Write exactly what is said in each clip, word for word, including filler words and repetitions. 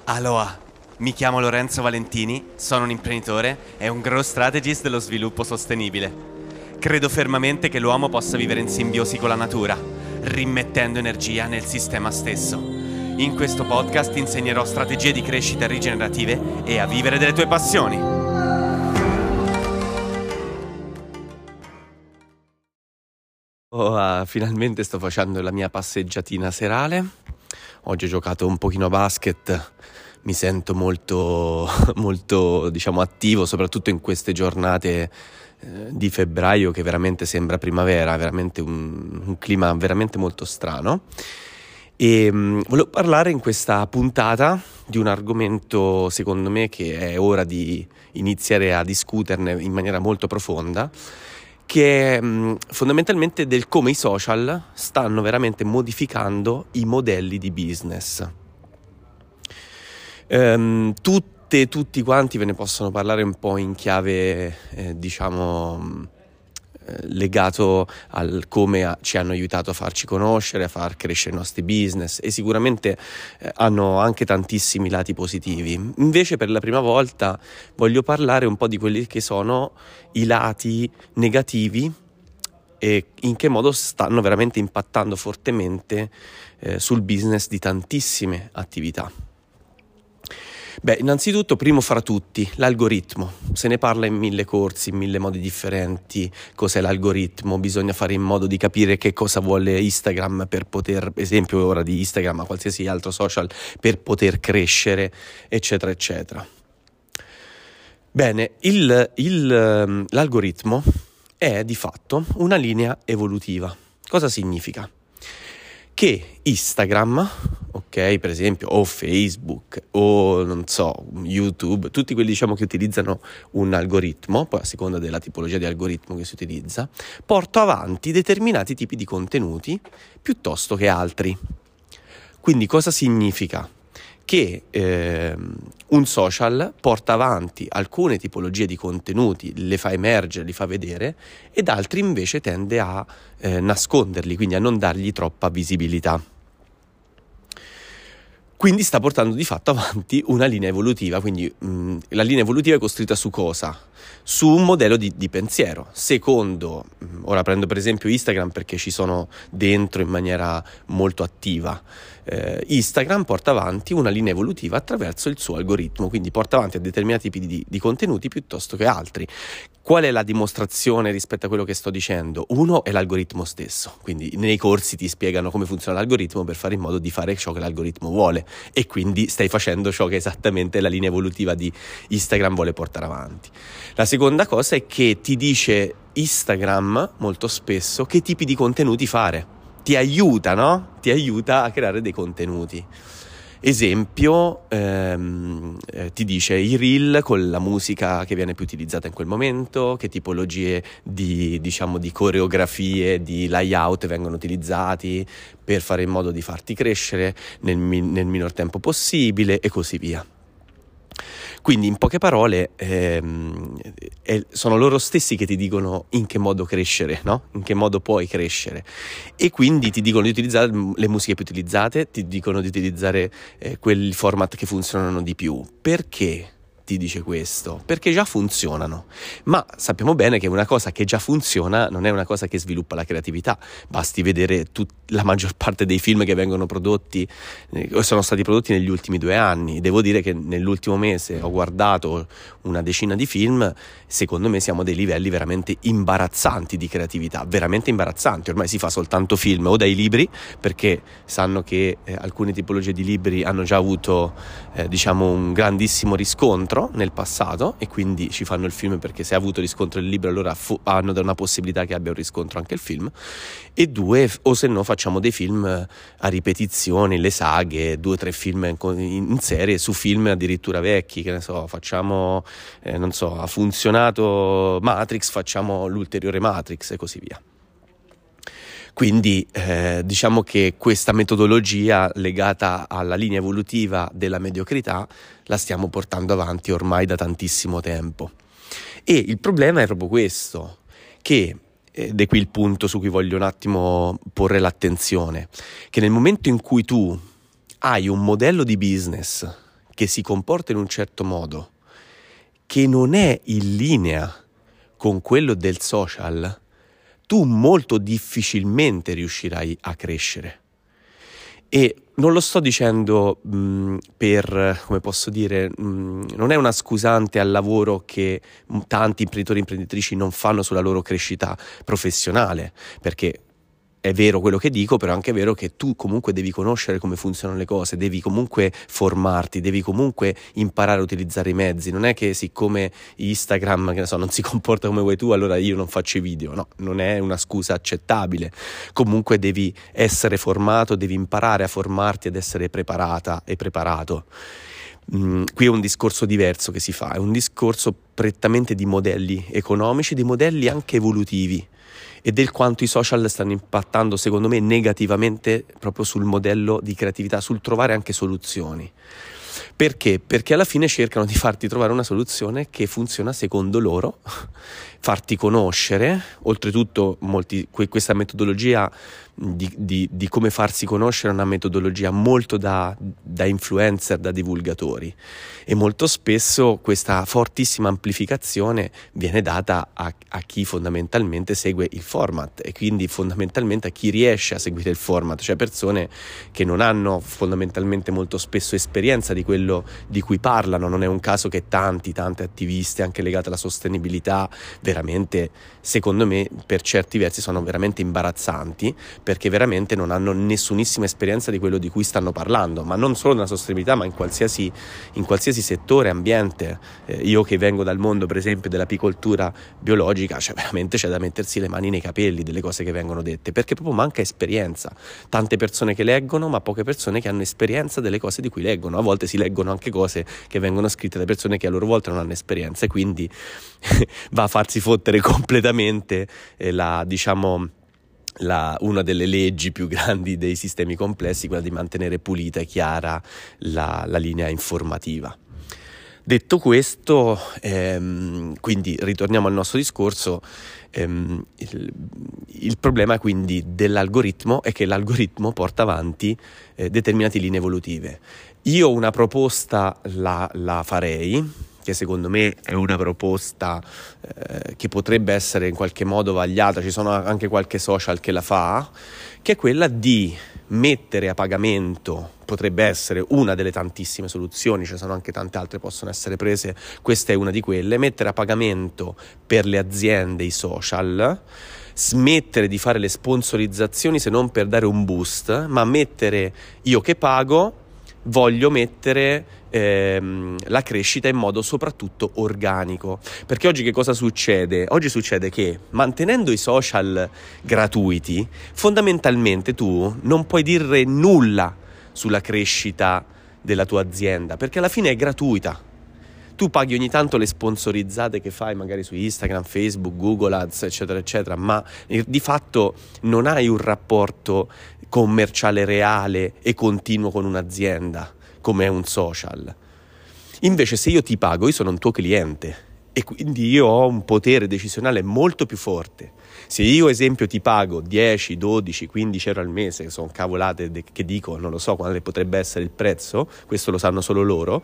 Aloha, mi chiamo Lorenzo Valentini, sono un imprenditore e un growth strategist dello sviluppo sostenibile. Credo fermamente che l'uomo possa vivere in simbiosi con la natura, rimettendo energia nel sistema stesso. In questo podcast ti insegnerò strategie di crescita rigenerative e a vivere delle tue passioni. Oh, ah, finalmente sto facendo la mia passeggiatina serale. Oggi ho giocato un pochino a basket. Mi sento molto, molto, diciamo, attivo, soprattutto in queste giornate eh, di febbraio che veramente sembra primavera, veramente un, un clima veramente molto strano. E mh, volevo parlare in questa puntata di un argomento, secondo me, che è ora di iniziare a discuterne in maniera molto profonda, che è mh, fondamentalmente del come i social stanno veramente modificando i modelli di business. Um, tutte, tutti quanti ve ne possono parlare un po' in chiave, eh, diciamo, eh, legato al come a, ci hanno aiutato a farci conoscere, a far crescere i nostri business, e sicuramente eh, hanno anche tantissimi lati positivi. Invece per la prima volta voglio parlare un po' di quelli che sono i lati negativi e in che modo stanno veramente impattando fortemente eh, sul business di tantissime attività. Beh, innanzitutto, primo fra tutti, l'algoritmo. Se ne parla in mille corsi, in mille modi differenti. Cos'è l'algoritmo? Bisogna fare in modo di capire che cosa vuole Instagram per poter, esempio ora di Instagram, ma qualsiasi altro social, per poter crescere, eccetera, eccetera. Bene, il, il, l'algoritmo è di fatto una linea evolutiva. Cosa significa? Che Instagram, ok, per esempio, o Facebook, o non so, YouTube, tutti quelli, diciamo, che utilizzano un algoritmo, poi a seconda della tipologia di algoritmo che si utilizza, porta avanti determinati tipi di contenuti piuttosto che altri. Quindi cosa significa? Che eh, un social porta avanti alcune tipologie di contenuti, le fa emergere, li fa vedere, ed altri invece tende a eh, nasconderli, quindi a non dargli troppa visibilità. Quindi sta portando di fatto avanti una linea evolutiva, quindi mh, la linea evolutiva è costruita su cosa? Su un modello di, di pensiero. Secondo, mh, ora prendo per esempio Instagram perché ci sono dentro in maniera molto attiva, eh, Instagram porta avanti una linea evolutiva attraverso il suo algoritmo, quindi porta avanti a determinati tipi di, di contenuti piuttosto che altri. Qual è la dimostrazione rispetto a quello che sto dicendo? Uno è l'algoritmo stesso, quindi nei corsi ti spiegano come funziona l'algoritmo per fare in modo di fare ciò che l'algoritmo vuole, e quindi stai facendo ciò che esattamente la linea evolutiva di Instagram vuole portare avanti. La seconda cosa è che ti dice Instagram molto spesso che tipi di contenuti fare, ti aiuta, no? Ti aiuta a creare dei contenuti. Esempio, ehm, eh, ti dice i reel con la musica che viene più utilizzata in quel momento, che tipologie di, diciamo, di coreografie, di layout vengono utilizzati per fare in modo di farti crescere nel, nel minor tempo possibile, e così via. Quindi, in poche parole, ehm, eh, sono loro stessi che ti dicono in che modo crescere, no? In che modo puoi crescere. E quindi ti dicono di utilizzare le musiche più utilizzate, ti dicono di utilizzare eh, quel format che funzionano di più. Perché ti dice questo? Perché già funzionano. Ma sappiamo bene che una cosa che già funziona non è una cosa che sviluppa la creatività. Basti vedere tut- la maggior parte dei film che vengono prodotti eh, sono stati prodotti negli ultimi due anni. Devo dire che nell'ultimo mese ho guardato una decina di film. Secondo me siamo a dei livelli veramente imbarazzanti di creatività, veramente imbarazzanti. Ormai si fa soltanto film o dai libri, perché sanno che eh, alcune tipologie di libri hanno già avuto eh, diciamo un grandissimo riscontro nel passato, e quindi ci fanno il film perché se ha avuto riscontro il libro allora fu- hanno una possibilità che abbia un riscontro anche il film. E due, o se no facciamo dei film a ripetizioni, le saghe, due o tre film in, in serie su film addirittura vecchi, che ne so, facciamo eh, non so, ha funzionato Matrix, facciamo l'ulteriore Matrix e così via. Quindi eh, diciamo che questa metodologia legata alla linea evolutiva della mediocrità la stiamo portando avanti ormai da tantissimo tempo. E il problema è proprio questo, che, ed è qui il punto su cui voglio un attimo porre l'attenzione, che nel momento in cui tu hai un modello di business che si comporta in un certo modo, che non è in linea con quello del social, tu molto difficilmente riuscirai a crescere. E non lo sto dicendo mh, per, come posso dire, mh, non è una scusante al lavoro che mh, tanti imprenditori e imprenditrici non fanno sulla loro crescita professionale, perché è vero quello che dico, però è anche vero che tu comunque devi conoscere come funzionano le cose, devi comunque formarti, devi comunque imparare a utilizzare i mezzi. Non è che siccome Instagram, che ne so, non si comporta come vuoi tu, allora io non faccio i video. No, non è una scusa accettabile. Comunque devi essere formato, devi imparare a formarti ed essere preparata e preparato. Mm, qui è un discorso diverso che si fa, è un discorso prettamente di modelli economici, di modelli anche evolutivi, e del quanto i social stanno impattando, secondo me, negativamente proprio sul modello di creatività, sul trovare anche soluzioni. Perché? Perché alla fine cercano di farti trovare una soluzione che funziona secondo loro, farti conoscere. Oltretutto molti, questa metodologia di, di, di come farsi conoscere è una metodologia molto da, da influencer, da divulgatori, e molto spesso questa fortissima amplificazione viene data a, a chi fondamentalmente segue il format, e quindi fondamentalmente a chi riesce a seguire il format, cioè persone che non hanno fondamentalmente molto spesso esperienza di quello di cui parlano. Non è un caso che tanti, tante attiviste anche legate alla sostenibilità veramente, secondo me, per certi versi sono veramente imbarazzanti, perché veramente non hanno nessunissima esperienza di quello di cui stanno parlando, ma non solo nella sostenibilità, ma in qualsiasi, in qualsiasi settore, ambiente. Eh, io che vengo dal mondo, per esempio, dell'apicoltura biologica, cioè veramente c'è da mettersi le mani nei capelli delle cose che vengono dette, perché proprio manca esperienza. Tante persone che leggono, ma poche persone che hanno esperienza delle cose di cui leggono. A volte si leggono anche cose che vengono scritte da persone che a loro volta non hanno esperienza, e quindi va a farsi fottere completamente eh, la, diciamo, la, una delle leggi più grandi dei sistemi complessi, quella di mantenere pulita e chiara la, la linea informativa. Detto questo, ehm, quindi ritorniamo al nostro discorso. ehm, il, il problema quindi dell'algoritmo è che l'algoritmo porta avanti eh, determinate linee evolutive. Io una proposta la, la farei, che secondo me è una proposta eh, che potrebbe essere in qualche modo vagliata, ci sono anche qualche social che la fa, che è quella di mettere a pagamento. Potrebbe essere una delle tantissime soluzioni, ci sono anche tante altre possono essere prese, questa è una di quelle: mettere a pagamento per le aziende i social, smettere di fare le sponsorizzazioni se non per dare un boost, ma mettere, io che pago voglio mettere ehm, la crescita in modo soprattutto organico. Perché oggi che cosa succede? Oggi succede che mantenendo i social gratuiti, fondamentalmente tu non puoi dire nulla sulla crescita della tua azienda, perché alla fine è gratuita. Tu paghi ogni tanto le sponsorizzate che fai magari su Instagram, Facebook, Google Ads, eccetera eccetera, ma di fatto non hai un rapporto commerciale reale e continuo con un'azienda come è un social. Invece se io ti pago, io sono un tuo cliente e quindi io ho un potere decisionale molto più forte. Se io, esempio, ti pago dieci, dodici, quindici euro al mese, che sono cavolate de- che dico, non lo so quale potrebbe essere il prezzo, questo lo sanno solo loro,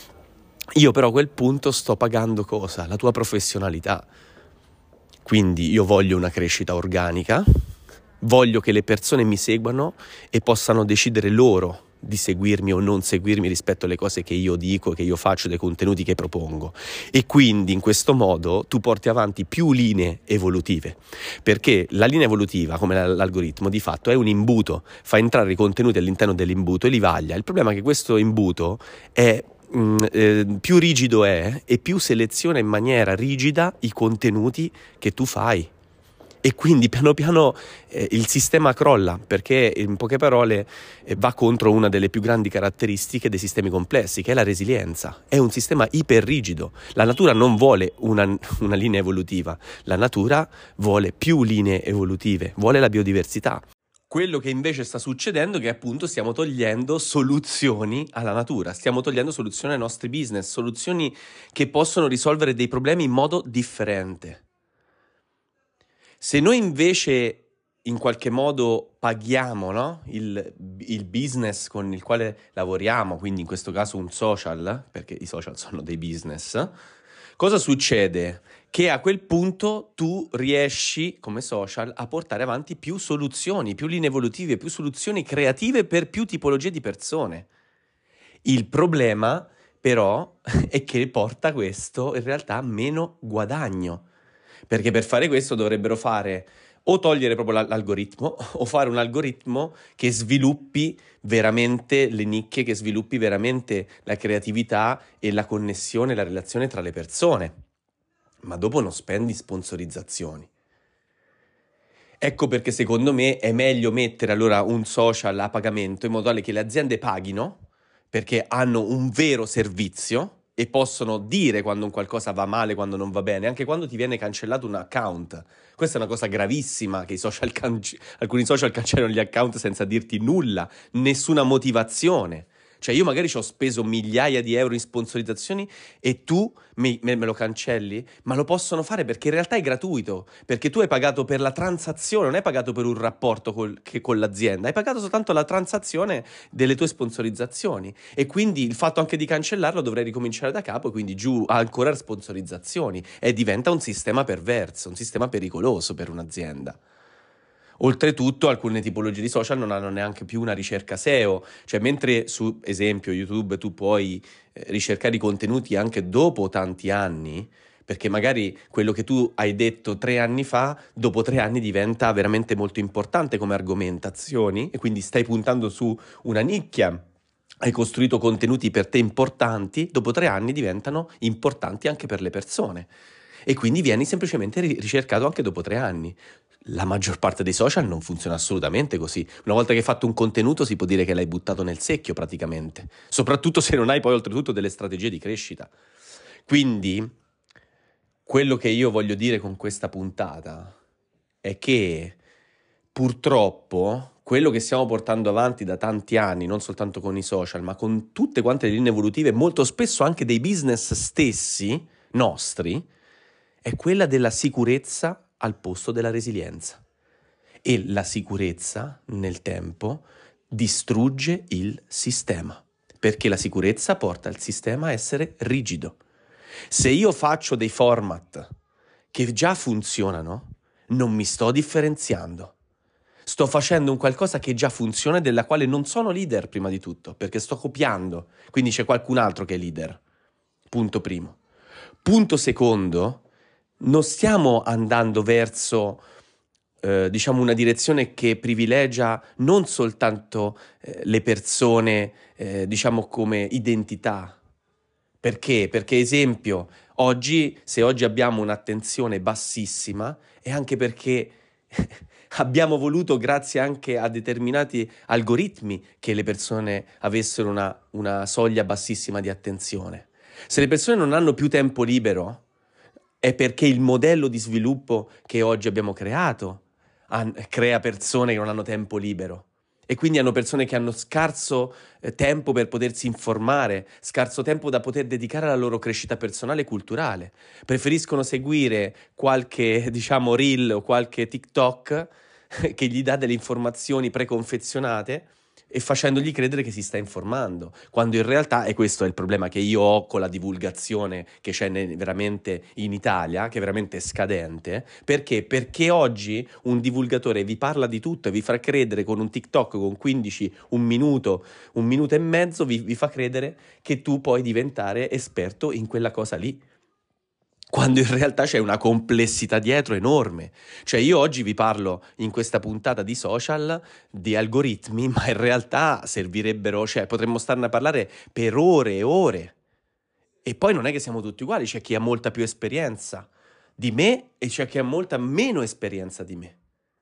io però a quel punto sto pagando cosa? La tua professionalità. Quindi io voglio una crescita organica, voglio che le persone mi seguano e possano decidere loro di seguirmi o non seguirmi rispetto alle cose che io dico, che io faccio, dei contenuti che propongo. E quindi in questo modo tu porti avanti più linee evolutive, perché la linea evolutiva, come l'algoritmo, di fatto è un imbuto, fa entrare i contenuti all'interno dell'imbuto e li vaglia. Il problema è che questo imbuto è mh, eh, più rigido è e più seleziona in maniera rigida i contenuti che tu fai. E quindi piano piano eh, il sistema crolla, perché in poche parole eh, va contro una delle più grandi caratteristiche dei sistemi complessi, che è la resilienza. È un sistema iperrigido. La natura non vuole una, una linea evolutiva, la natura vuole più linee evolutive, vuole la biodiversità. Quello che invece sta succedendo è che appunto stiamo togliendo soluzioni alla natura, stiamo togliendo soluzioni ai nostri business, soluzioni che possono risolvere dei problemi in modo differente. Se noi invece in qualche modo paghiamo, no? il, il business con il quale lavoriamo, quindi in questo caso un social, perché i social sono dei business, cosa succede? Che a quel punto tu riesci, come social, a portare avanti più soluzioni, più linee evolutive, più soluzioni creative per più tipologie di persone. Il problema, però, è che porta questo in realtà a meno guadagno, perché per fare questo dovrebbero fare o togliere proprio la- l'algoritmo o fare un algoritmo che sviluppi veramente le nicchie, che sviluppi veramente la creatività e la connessione, la relazione tra le persone. Ma dopo non spendi sponsorizzazioni. Ecco perché secondo me è meglio mettere allora un social a pagamento in modo tale che le aziende paghino perché hanno un vero servizio e possono dire quando un qualcosa va male, quando non va bene, anche quando ti viene cancellato un account. Questa è una cosa gravissima, che i social canc- alcuni social cancellano gli account senza dirti nulla, nessuna motivazione. Cioè io magari ci ho speso migliaia di euro in sponsorizzazioni e tu me, me- me lo cancelli? Ma lo possono fare perché in realtà è gratuito, perché tu hai pagato per la transazione, non hai pagato per un rapporto col- che con l'azienda, hai pagato soltanto la transazione delle tue sponsorizzazioni e quindi il fatto anche di cancellarlo dovrei ricominciare da capo e quindi giù ancora sponsorizzazioni e diventa un sistema perverso, un sistema pericoloso per un'azienda. Oltretutto, alcune tipologie di social non hanno neanche più una ricerca S E O, cioè mentre su esempio YouTube tu puoi eh, ricercare i contenuti anche dopo tanti anni, perché magari quello che tu hai detto tre anni fa, dopo tre anni diventa veramente molto importante come argomentazioni e quindi stai puntando su una nicchia. Hai costruito contenuti per te importanti, dopo tre anni diventano importanti anche per le persone e quindi vieni semplicemente ri- ricercato anche dopo tre anni. La maggior parte dei social non funziona assolutamente così. Una volta che hai fatto un contenuto si può dire che l'hai buttato nel secchio praticamente, soprattutto se non hai poi oltretutto delle strategie di crescita. Quindi quello che io voglio dire con questa puntata è che purtroppo quello che stiamo portando avanti da tanti anni, non soltanto con i social, ma con tutte quante le linee evolutive, molto spesso anche dei business stessi nostri, è quella della sicurezza al posto della resilienza. E la sicurezza nel tempo distrugge il sistema, perché la sicurezza porta il sistema a essere rigido. Se io faccio dei format che già funzionano, non mi sto differenziando. Sto facendo un qualcosa che già funziona e della quale non sono leader prima di tutto, perché sto copiando, quindi c'è qualcun altro che è leader. Punto primo. Punto secondo, non stiamo andando verso, eh, diciamo, una direzione che privilegia non soltanto eh, le persone, eh, diciamo, come identità. Perché? Perché, esempio, oggi, se oggi abbiamo un'attenzione bassissima, è anche perché abbiamo voluto, grazie anche a determinati algoritmi, che le persone avessero una, una soglia bassissima di attenzione. Se le persone non hanno più tempo libero, è perché il modello di sviluppo che oggi abbiamo creato han- crea persone che non hanno tempo libero. E quindi hanno persone che hanno scarso eh, tempo per potersi informare, scarso tempo da poter dedicare alla loro crescita personale e culturale. Preferiscono seguire qualche, diciamo, reel o qualche TikTok che gli dà delle informazioni preconfezionate e facendogli credere che si sta informando, quando in realtà, e questo è il problema che io ho con la divulgazione che c'è ne- veramente in Italia, che è veramente scadente, perché? Perché oggi un divulgatore vi parla di tutto e vi fa credere con un TikTok con quindici, un minuto, un minuto e mezzo, vi, vi fa credere che tu puoi diventare esperto in quella cosa lì, quando in realtà c'è una complessità dietro enorme. Cioè io oggi vi parlo in questa puntata di social, di algoritmi, ma in realtà servirebbero, cioè potremmo starne a parlare per ore e ore. E poi non è che siamo tutti uguali, c'è chi ha molta più esperienza di me e c'è chi ha molta meno esperienza di me.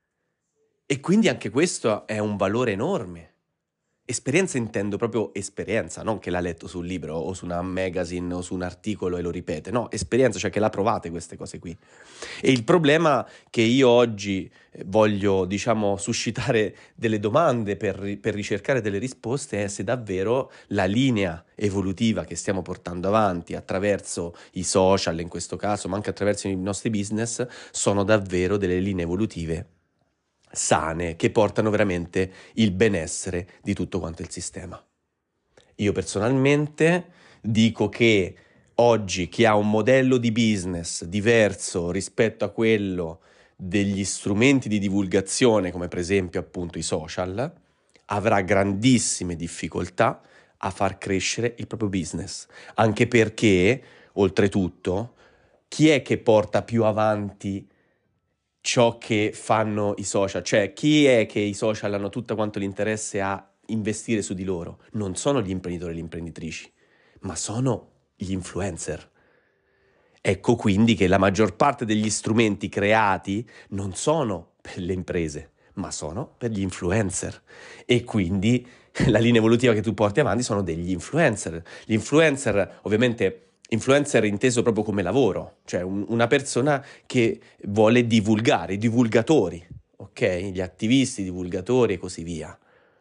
E quindi anche questo è un valore enorme. Esperienza intendo proprio esperienza, non che l'ha letto sul libro o su una magazine o su un articolo e lo ripete, no, esperienza, cioè che l'ha provate queste cose qui. E il problema che io oggi eh, voglio, diciamo, suscitare delle domande per, ri- per ricercare delle risposte è se davvero la linea evolutiva che stiamo portando avanti attraverso i social, in questo caso, ma anche attraverso i nostri business, sono davvero delle linee evolutive sane, che portano veramente il benessere di tutto quanto il sistema. Io personalmente dico che oggi chi ha un modello di business diverso rispetto a quello degli strumenti di divulgazione, come per esempio appunto i social, avrà grandissime difficoltà a far crescere il proprio business, anche perché, oltretutto, chi è che porta più avanti ciò che fanno i social? Cioè, chi è che i social hanno tutto quanto l'interesse a investire su di loro? Non sono gli imprenditori e le imprenditrici, ma sono gli influencer. Ecco quindi che la maggior parte degli strumenti creati non sono per le imprese, ma sono per gli influencer. E quindi la linea evolutiva che tu porti avanti sono degli influencer. Gli influencer, ovviamente, influencer inteso proprio come lavoro, cioè un- una persona che vuole divulgare, i divulgatori, ok? Gli attivisti, i divulgatori e così via.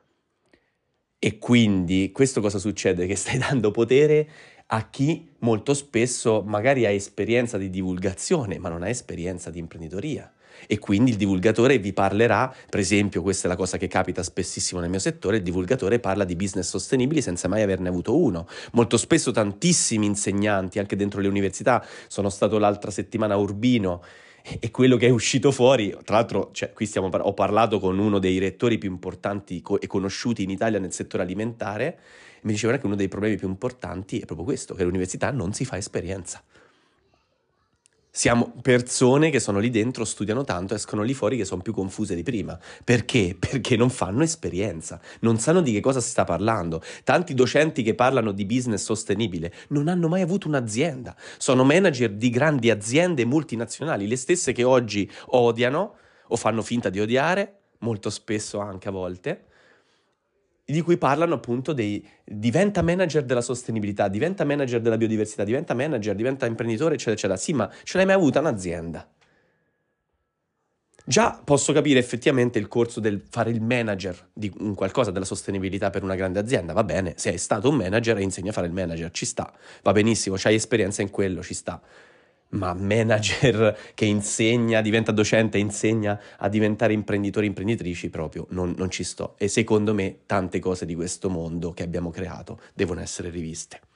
E quindi questo cosa succede? Che stai dando potere a chi molto spesso magari ha esperienza di divulgazione, ma non ha esperienza di imprenditoria. E quindi il divulgatore vi parlerà, per esempio, questa è la cosa che capita spessissimo nel mio settore, il divulgatore parla di business sostenibili senza mai averne avuto uno. Molto spesso tantissimi insegnanti, anche dentro le università, sono stato l'altra settimana a Urbino, e quello che è uscito fuori, tra l'altro, cioè, qui stiamo par- ho parlato con uno dei rettori più importanti co- e conosciuti in Italia nel settore alimentare, e mi dicevano che uno dei problemi più importanti è proprio questo, che all'università non si fa esperienza. Siamo persone che sono lì dentro, studiano tanto, escono lì fuori che sono più confuse di prima. Perché? Perché non fanno esperienza, non sanno di che cosa si sta parlando. Tanti docenti che parlano di business sostenibile non hanno mai avuto un'azienda, sono manager di grandi aziende multinazionali, le stesse che oggi odiano o fanno finta di odiare, molto spesso anche a volte, di cui parlano appunto dei diventa manager della sostenibilità, diventa manager della biodiversità, diventa manager, diventa imprenditore, eccetera, eccetera. Sì, ma ce l'hai mai avuta un'azienda? Già posso capire effettivamente il corso del fare il manager di un qualcosa della sostenibilità per una grande azienda, va bene, sei stato un manager e insegni a fare il manager, ci sta, va benissimo, c'hai esperienza in quello, ci sta. Ma manager che insegna, diventa docente e insegna a diventare imprenditori e imprenditrici, proprio non, non ci sto. E secondo me tante cose di questo mondo che abbiamo creato devono essere riviste.